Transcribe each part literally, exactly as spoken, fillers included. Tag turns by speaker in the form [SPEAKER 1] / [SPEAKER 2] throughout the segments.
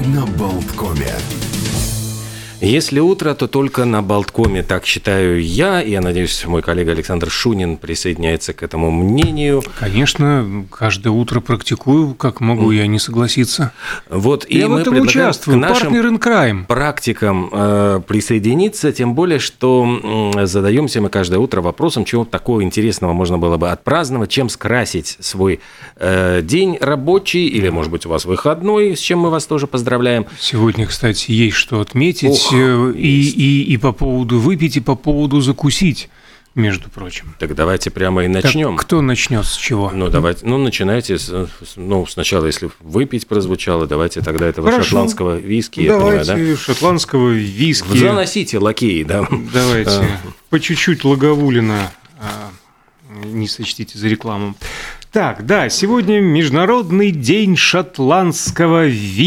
[SPEAKER 1] на Болткоме.
[SPEAKER 2] Если утро, то только на Болткоме, так считаю я, и я надеюсь, мой коллега Александр Шунин присоединяется к этому мнению.
[SPEAKER 3] Конечно, каждое утро практикую, как могу mm. я не согласиться.
[SPEAKER 2] Вот,
[SPEAKER 3] я
[SPEAKER 2] и
[SPEAKER 3] в
[SPEAKER 2] мы
[SPEAKER 3] этом участвую,
[SPEAKER 2] к нашим
[SPEAKER 3] партнер in crime.
[SPEAKER 2] Практикам э, присоединиться, тем более, что э, задаемся мы каждое утро вопросом, чего такого интересного можно было бы отпраздновать, чем скрасить свой э, день рабочий, или, может быть, у вас выходной, с чем мы вас тоже поздравляем.
[SPEAKER 3] Сегодня, кстати, есть что отметить. Ох. И, и, и по поводу выпить, и по поводу закусить, между прочим.
[SPEAKER 2] Так давайте прямо и начнем.
[SPEAKER 3] Так кто начнет с чего?
[SPEAKER 2] Ну, давайте, ну, начинайте, с, ну, сначала, если выпить прозвучало, давайте тогда этого
[SPEAKER 3] Хорошо.
[SPEAKER 2] Шотландского виски,
[SPEAKER 3] давайте
[SPEAKER 2] я понимаю, да?
[SPEAKER 3] Шотландского виски.
[SPEAKER 2] Заносите, лакеи, да.
[SPEAKER 3] Давайте, а. по чуть-чуть Лаговулина, не сочтите за рекламу. Так, да, сегодня Международный день шотландского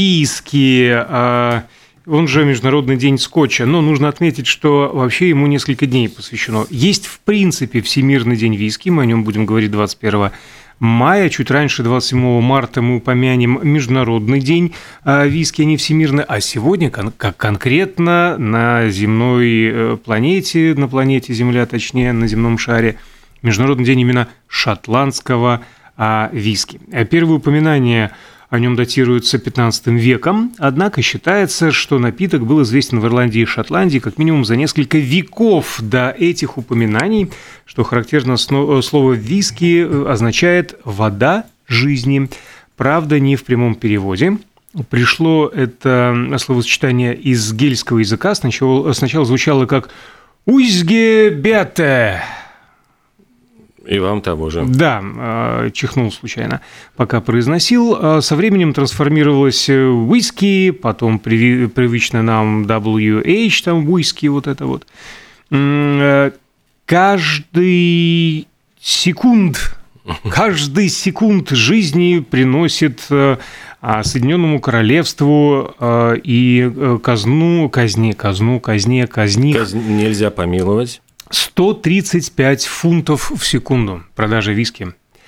[SPEAKER 3] виски, он же Международный день скотча, но нужно отметить, что вообще ему несколько дней посвящено. Есть, в принципе, Всемирный день виски, мы о нем будем говорить двадцать первого мая, чуть раньше, двадцать седьмого марта, мы упомянем Международный день виски, а не Всемирный, а сегодня, как конкретно на земной планете, на планете Земля, точнее, на земном шаре, Международный день именно шотландского виски. Первые упоминания о нем датируется пятнадцатым веком, однако считается, что напиток был известен в Ирландии и Шотландии как минимум за несколько веков до этих упоминаний, что характерно, слово «виски» означает «вода жизни», правда, не в прямом переводе. Пришло это словосочетание из гельского языка, сначала, сначала звучало как «уизге бете».
[SPEAKER 2] И вам того же.
[SPEAKER 3] Да, чихнул случайно, пока произносил. Со временем трансформировалось в whisky, потом привычно нам дабл ю эйч, там whisky, вот это вот. Каждый секунд, каждый секунд жизни приносит Соединенному Королевству и казну, казне, казну, казне, казних.
[SPEAKER 2] Казнь нельзя помиловать.
[SPEAKER 3] сто тридцать пять фунтов в секунду продажа виски.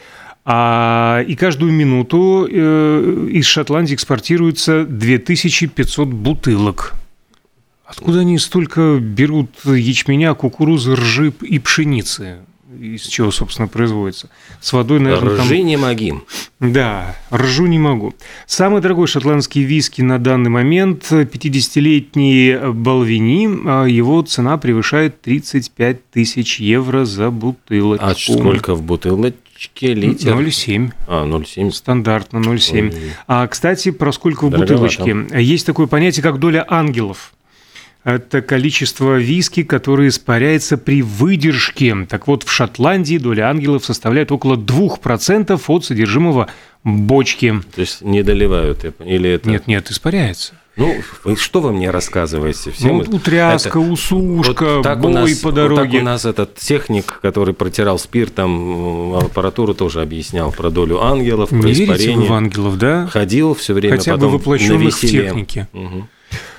[SPEAKER 3] А, и каждую минуту э, из Шотландии экспортируется две тысячи пятьсот бутылок. Откуда они столько берут ячменя, кукурузы, ржи и пшеницы? Из чего, собственно, производится? С водой, наверное,
[SPEAKER 2] Ржи
[SPEAKER 3] там...
[SPEAKER 2] не могим.
[SPEAKER 3] Да, ржу не могу. Самый дорогой шотландский виски на данный момент – пятидесятилетний Балвини. Его цена превышает тридцать пять тысяч евро за бутылочку.
[SPEAKER 2] А сколько в бутылочке литр?
[SPEAKER 3] ноль целых семь десятых.
[SPEAKER 2] А, ноль целых семь десятых.
[SPEAKER 3] Стандартно ноль целых семь десятых. А, кстати, про сколько в
[SPEAKER 2] Дороговато.
[SPEAKER 3] бутылочке. Есть такое понятие, как доля ангелов. Это количество виски, которое испаряется при выдержке. Так вот, в Шотландии доля ангелов составляет около двух процентов от содержимого бочки.
[SPEAKER 2] То есть не доливают? Или это...
[SPEAKER 3] Нет, нет, испаряется.
[SPEAKER 2] Ну, что вы мне рассказываете? Всем
[SPEAKER 3] ну, это... утряска, это... усушка, вот бой
[SPEAKER 2] нас,
[SPEAKER 3] по дороге.
[SPEAKER 2] Вот так у нас этот техник, который протирал спиртом аппаратуру, тоже объяснял про долю ангелов,
[SPEAKER 3] не
[SPEAKER 2] про испарение.
[SPEAKER 3] Не верите вы в ангелов, да?
[SPEAKER 2] Ходил все время,
[SPEAKER 3] хотя
[SPEAKER 2] потом
[SPEAKER 3] бы воплощенных в технике.
[SPEAKER 2] Угу.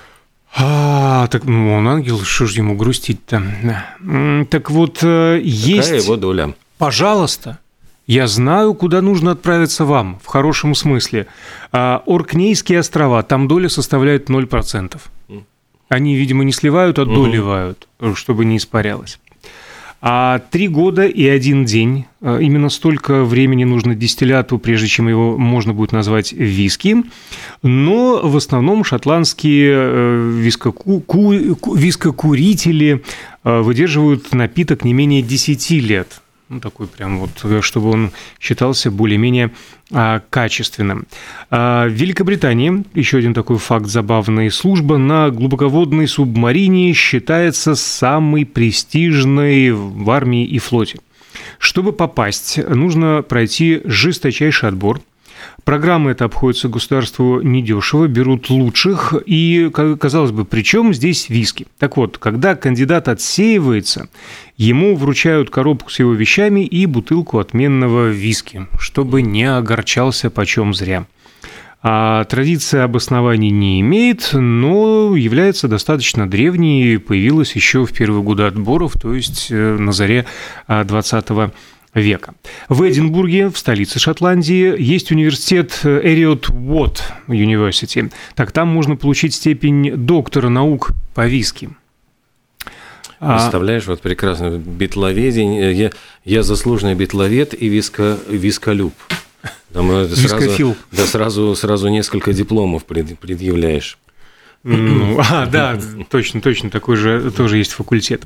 [SPEAKER 3] А, так, ну, он ангел, что ж ему грустить-то? Так вот,
[SPEAKER 2] Какая
[SPEAKER 3] есть...
[SPEAKER 2] его доля?
[SPEAKER 3] Пожалуйста, я знаю, куда нужно отправиться вам, в хорошем смысле. А, Оркнейские острова, там доля составляет ноль процентов. Они, видимо, не сливают, а доливают, угу. чтобы не испарялось. А три года и один день, именно столько времени нужно дистилляту, прежде чем его можно будет назвать виски. Но в основном шотландские вискоку... вискокурители выдерживают напиток не менее десяти лет. Ну, такой прям вот, чтобы он считался более-менее а, качественным. А, в Великобритании, еще один такой факт забавный, служба на глубоководной субмарине считается самой престижной в армии и флоте. Чтобы попасть, нужно пройти жесточайший отбор. Программа эта обходится государству недешево, берут лучших, и, казалось бы, при чем здесь виски? Так вот, когда кандидат отсеивается, ему вручают коробку с его вещами и бутылку отменного виски, чтобы не огорчался почем зря. А традиция обоснований не имеет, но является достаточно древней, появилась еще в первые годы отборов, то есть на заре двадцатого века. В Эдинбурге, в столице Шотландии, есть университет Эриот Уотт University. Так, там можно получить степень доктора наук по виски.
[SPEAKER 2] Представляешь, вот прекрасно, битловедение, я, я заслуженный битловед и виско, висколюб. Вискофил. Да, сразу, сразу несколько дипломов предъявляешь.
[SPEAKER 3] Ну, а, да, точно, точно, такой же тоже есть факультет.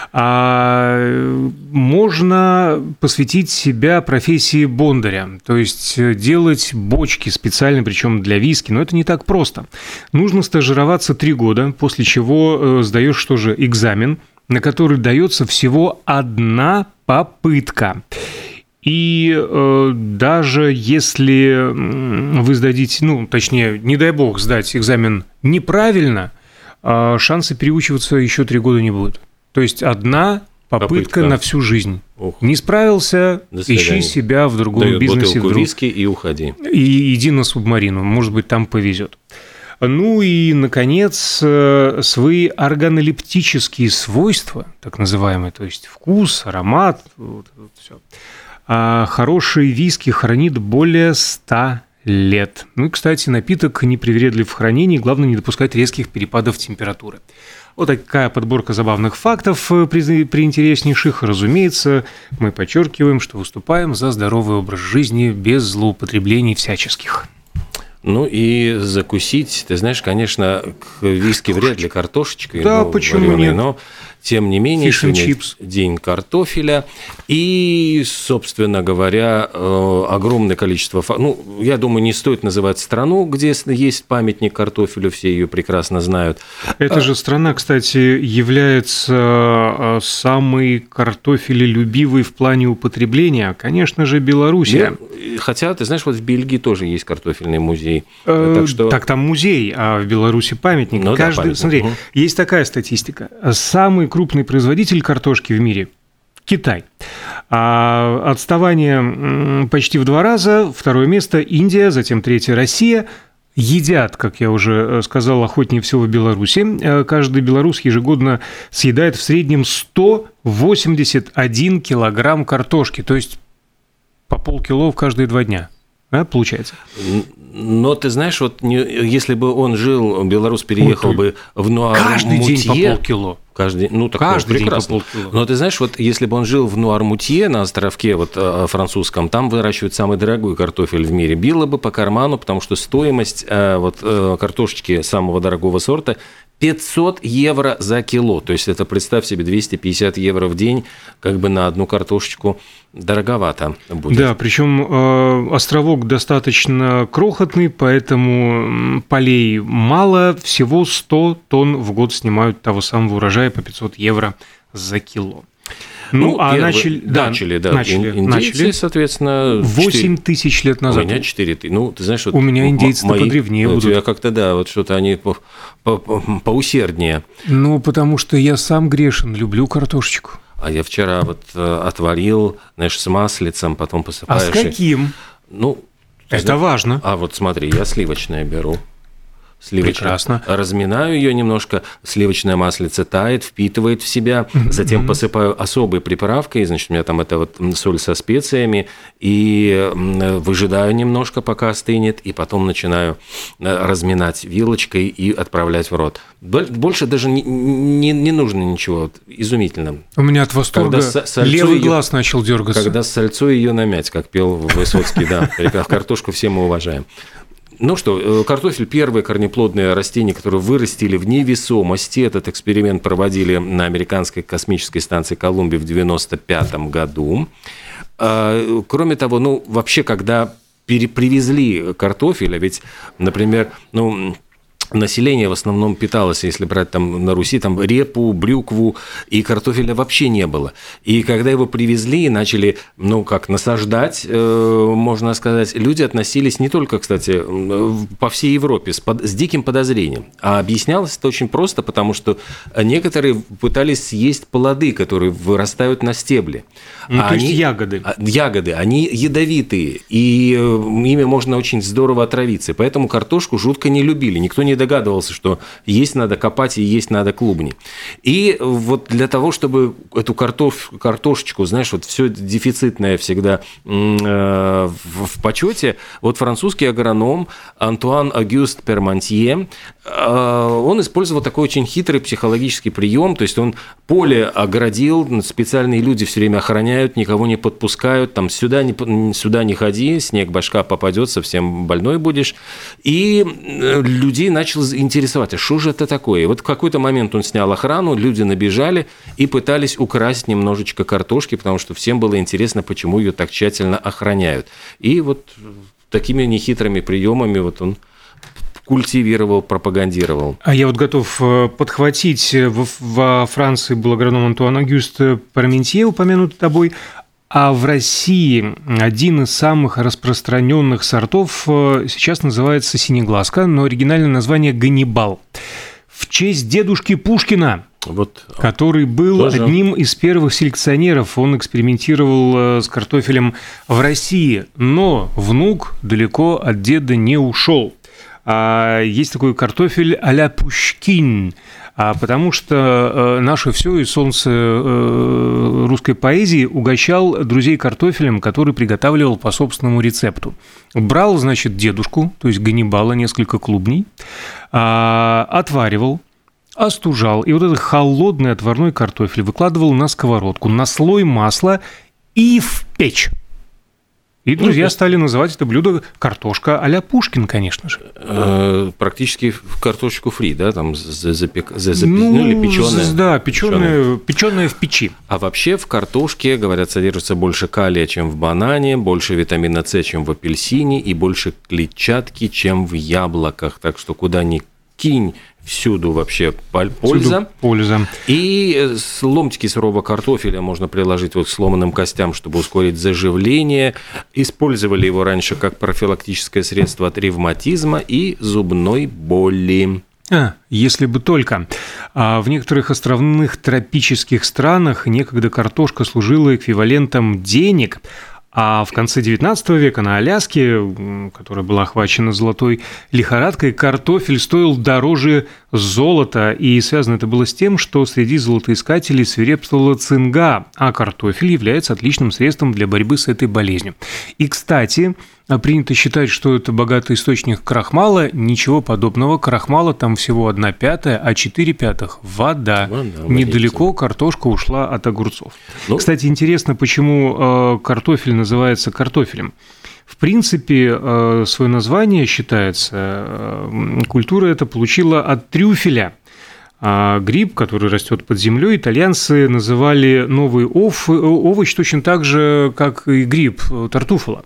[SPEAKER 3] А, можно посвятить себя профессии бондаря, то есть делать бочки специально, причем для виски, но это не так просто. Нужно стажироваться три года, после чего сдаешь что же экзамен, на который дается всего одна попытка. И э, даже если вы сдадите, ну, точнее, не дай бог сдать экзамен неправильно, э, шансы переучиваться еще три года не будет. То есть одна попытка, попытка. на всю жизнь. Ох. Не справился, ищи себя в другом Дает бизнесе.
[SPEAKER 2] Бутылку виски и уходи.
[SPEAKER 3] И иди на субмарину, может быть, там повезет. Ну и, наконец, свои органолептические свойства, так называемые, то есть вкус, аромат, вот, вот все. А хороший виски хранит более ста лет. Ну и, кстати, напиток непривередлив в хранении, главное не допускать резких перепадов температуры. Вот такая подборка забавных фактов при, при интереснейших. Разумеется, мы подчеркиваем, что выступаем за здоровый образ жизни без злоупотреблений всяческих.
[SPEAKER 2] Ну и закусить, ты знаешь, конечно, к виски вряд ли картошечкой,
[SPEAKER 3] да,
[SPEAKER 2] ну,
[SPEAKER 3] почему
[SPEAKER 2] вареной,
[SPEAKER 3] нет?
[SPEAKER 2] Но тем не менее,
[SPEAKER 3] Fish and chips.
[SPEAKER 2] День картофеля и, собственно говоря, огромное количество... Ну, я думаю, не стоит называть страну, где есть памятник картофелю, все ее прекрасно знают.
[SPEAKER 3] Эта же страна, кстати, является самой картофелелюбивой в плане употребления, конечно же, Белоруссия.
[SPEAKER 2] Ну, хотя, ты знаешь, вот в Бельгии тоже есть картофельный музей.
[SPEAKER 3] Э, так, что... так там музей, а в Беларуси памятник.
[SPEAKER 2] Ну,
[SPEAKER 3] Каждый...
[SPEAKER 2] да, памятник.
[SPEAKER 3] Смотри,
[SPEAKER 2] угу.
[SPEAKER 3] Есть такая статистика. Самый крупный производитель картошки в мире – Китай. А отставание почти в два раза. Второе место – Индия, затем третье – Россия. Едят, как я уже сказал, охотнее всего в Беларуси. Каждый белорус ежегодно съедает в среднем сто восемьдесят один килограмм картошки, то есть по полкило в каждые два дня. Да, получается?
[SPEAKER 2] Но ты знаешь, вот не, если бы он жил, белорус переехал Ой, бы в Нуар-Мутье...
[SPEAKER 3] Каждый день по полкило.
[SPEAKER 2] Каждый, ну, так
[SPEAKER 3] Каждый
[SPEAKER 2] прекрасно.
[SPEAKER 3] день по полкило.
[SPEAKER 2] Но ты знаешь, вот если бы он жил в Нуар-Мутье на островке вот, французском, там выращивают самый дорогой картофель в мире. Било бы по карману, потому что стоимость вот, картошечки самого дорогого сорта пятьсот евро за кило. То есть это, представь себе, двести пятьдесят евро в день как бы на одну картошечку дороговато будет.
[SPEAKER 3] Да, причем э, островок достаточно крохотный, поэтому полей мало, всего сто тонн в год снимают того самого урожая по пятьсот евро за кило. Ну, ну а начали, да,
[SPEAKER 2] начали, да,
[SPEAKER 3] начали,
[SPEAKER 2] индейцы,
[SPEAKER 3] начали,
[SPEAKER 2] соответственно,
[SPEAKER 3] восемь тысяч лет назад.
[SPEAKER 2] У меня четыре тысячи. Ну, ты знаешь, вот
[SPEAKER 3] у меня индейцы-то
[SPEAKER 2] мои,
[SPEAKER 3] подревнее будут.
[SPEAKER 2] У тебя как-то, да, вот что-то они по, по, по, поусерднее.
[SPEAKER 3] Ну, потому что я сам грешен, люблю картошечку.
[SPEAKER 2] А я вчера вот отварил, знаешь, с маслицем, потом посыпаешь.
[SPEAKER 3] А с каким?
[SPEAKER 2] Ну,
[SPEAKER 3] это
[SPEAKER 2] знаешь,
[SPEAKER 3] важно.
[SPEAKER 2] А вот смотри, я сливочное беру. Сливочное.
[SPEAKER 3] Прекрасно.
[SPEAKER 2] Разминаю ее немножко, сливочное маслице тает, впитывает в себя, mm-hmm. затем посыпаю особой приправкой, значит, у меня там это вот соль со специями, и выжидаю немножко, пока остынет, и потом начинаю разминать вилочкой и отправлять в рот. Больше даже не, не, не нужно ничего, изумительно.
[SPEAKER 3] У меня от восторга левый ее, глаз начал дергаться.
[SPEAKER 2] Когда с сальцой ее намять, как пел Высоцкий, да, картошку все мы уважаем. Ну что, картофель – первое корнеплодное растение, которое вырастили в невесомости. Этот эксперимент проводили на американской космической станции Колумбия в девяносто пятом году. Кроме того, ну, вообще, когда привезли картофель, а ведь, например, ну... население в основном питалось, если брать там на Руси, там репу, брюкву, и картофеля вообще не было. И когда его привезли и начали, ну, как насаждать, э, можно сказать, люди относились не только, кстати, по всей Европе с, под, с диким подозрением. А объяснялось это очень просто, потому что некоторые пытались съесть плоды, которые вырастают на стебле.
[SPEAKER 3] Ну,
[SPEAKER 2] а
[SPEAKER 3] то
[SPEAKER 2] они,
[SPEAKER 3] есть ягоды.
[SPEAKER 2] Ягоды, они ядовитые, и ими можно очень здорово отравиться. Поэтому картошку жутко не любили. Никто не догадывался, что есть надо копать и есть надо клубни. И вот для того, чтобы эту картоф, картошечку, знаешь, вот все дефицитное всегда э, в, в почете, вот французский агроном Антуан Агюст Пермантье, э, он использовал такой очень хитрый психологический прием, то есть он поле огородил, специальные люди все время охраняют, никого не подпускают, там сюда не, сюда не ходи, снег башка попадет, совсем больной будешь. И людей начал интересовать, а что же это такое? И вот в какой-то момент он снял охрану, люди набежали и пытались украсть немножечко картошки, потому что всем было интересно, почему ее так тщательно охраняют. И вот такими нехитрыми приемами вот он культивировал, пропагандировал.
[SPEAKER 3] А я вот готов подхватить. Во Франции был агроном Антуан Агюст Пермантье, упомянутый тобой, а в России один из самых распространенных сортов сейчас называется синеглазка, но оригинальное название Ганнибал. В честь дедушки Пушкина, вот, который был тоже одним из первых селекционеров. Он экспериментировал с картофелем в России, но внук далеко от деда не ушел. Есть такой картофель а-ля Пушкин, потому что наше все и солнце русской поэзии угощал друзей картофелем, который приготавливал по собственному рецепту. Брал, значит, дедушку, то есть Ганнибала, несколько клубней, отваривал, остужал, и вот этот холодный отварной картофель выкладывал на сковородку, на слой масла и в печь. И друзья ну, стали называть это блюдо картошка а-ля Пушкин, конечно же.
[SPEAKER 2] Э, практически картошечку фри, да, там запек, запек,
[SPEAKER 3] ну,
[SPEAKER 2] ну, или печеная.
[SPEAKER 3] Да, печеная, печеная в печи.
[SPEAKER 2] А вообще в картошке, говорят, содержится больше калия, чем в банане, больше витамина С, чем в апельсине, и больше клетчатки, чем в яблоках. Так что куда ни кинь, всюду вообще польза.
[SPEAKER 3] Всюду польза.
[SPEAKER 2] И ломтики сырого картофеля можно приложить вот к сломанным костям, чтобы ускорить заживление. Использовали его раньше как профилактическое средство от ревматизма и зубной боли.
[SPEAKER 3] А, если бы только. А в некоторых островных тропических странах некогда картошка служила эквивалентом денег. А в конце девятнадцатого века на Аляске, которая была охвачена золотой лихорадкой, картофель стоил дороже золота. И связано это было с тем, что среди золотоискателей свирепствовала цинга, а картофель является отличным средством для борьбы с этой болезнью. И, кстати, принято считать, что это богатый источник крахмала. Ничего подобного. Крахмала там всего одна пятая, а четыре пятых – вода. вода Недалеко картошка ушла от огурцов. Ну... Кстати, интересно, почему картофель называется картофелем. В принципе, свое название, считается, культура эта получила от трюфеля. А гриб, который растет под землей, итальянцы называли новый ов, овощ точно так же, как и гриб, тартуфола.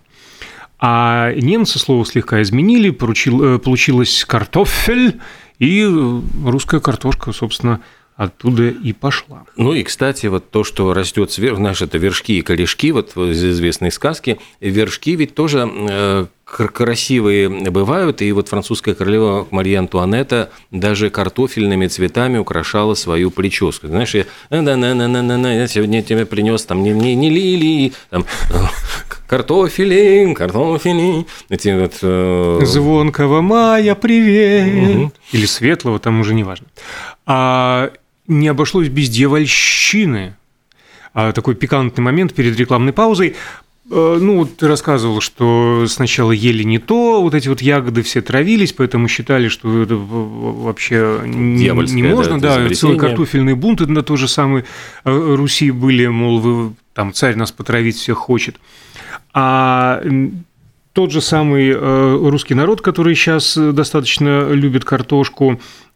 [SPEAKER 3] А немцы слово слегка изменили, поручил, получилось картофель, и русская картошка, собственно, оттуда и пошла.
[SPEAKER 2] Ну и, кстати, вот то, что растет сверху, знаешь, это вершки и корешки, вот из известной сказки, вершки ведь тоже э, красивые бывают, и вот французская королева Мария Антуанетта даже картофельными цветами украшала свою прическу. Знаешь, я, я сегодня тебе принес там не, не, не лилии, там картофели, картофели. Эти вот, э...
[SPEAKER 3] Звонкого мая, привет. Угу. Или светлого, там уже не важно. А не обошлось без дьявольщины. А такой пикантный момент перед рекламной паузой. Ну, вот ты рассказывал, что сначала ели не то, вот эти вот ягоды все травились, поэтому считали, что это вообще не, не можно. Да, да, целый картофельный бунт, это на то же самое Руси были, мол, вы, там царь нас потравить всех хочет. А тот же самый русский народ, который сейчас достаточно любит картошку,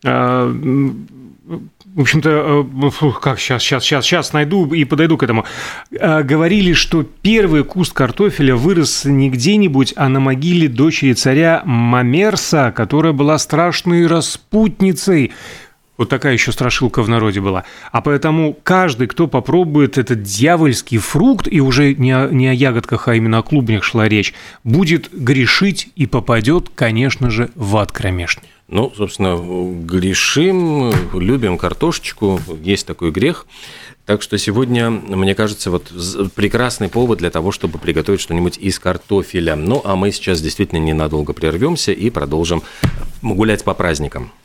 [SPEAKER 3] в общем-то, как сейчас, сейчас, сейчас, сейчас найду и подойду к этому. Говорили, что первый куст картофеля вырос не где-нибудь, а на могиле дочери царя Мамерса, которая была страшной распутницей. Вот такая еще страшилка в народе была. А поэтому каждый, кто попробует этот дьявольский фрукт, и уже не о, не о ягодках, а именно о клубнях шла речь, будет грешить и попадет, конечно же, в ад кромешный.
[SPEAKER 2] Ну, собственно, грешим, любим картошечку, есть такой грех. Так что сегодня, мне кажется, вот прекрасный повод для того, чтобы приготовить что-нибудь из картофеля. Ну, а мы сейчас действительно ненадолго прервемся и продолжим гулять по праздникам.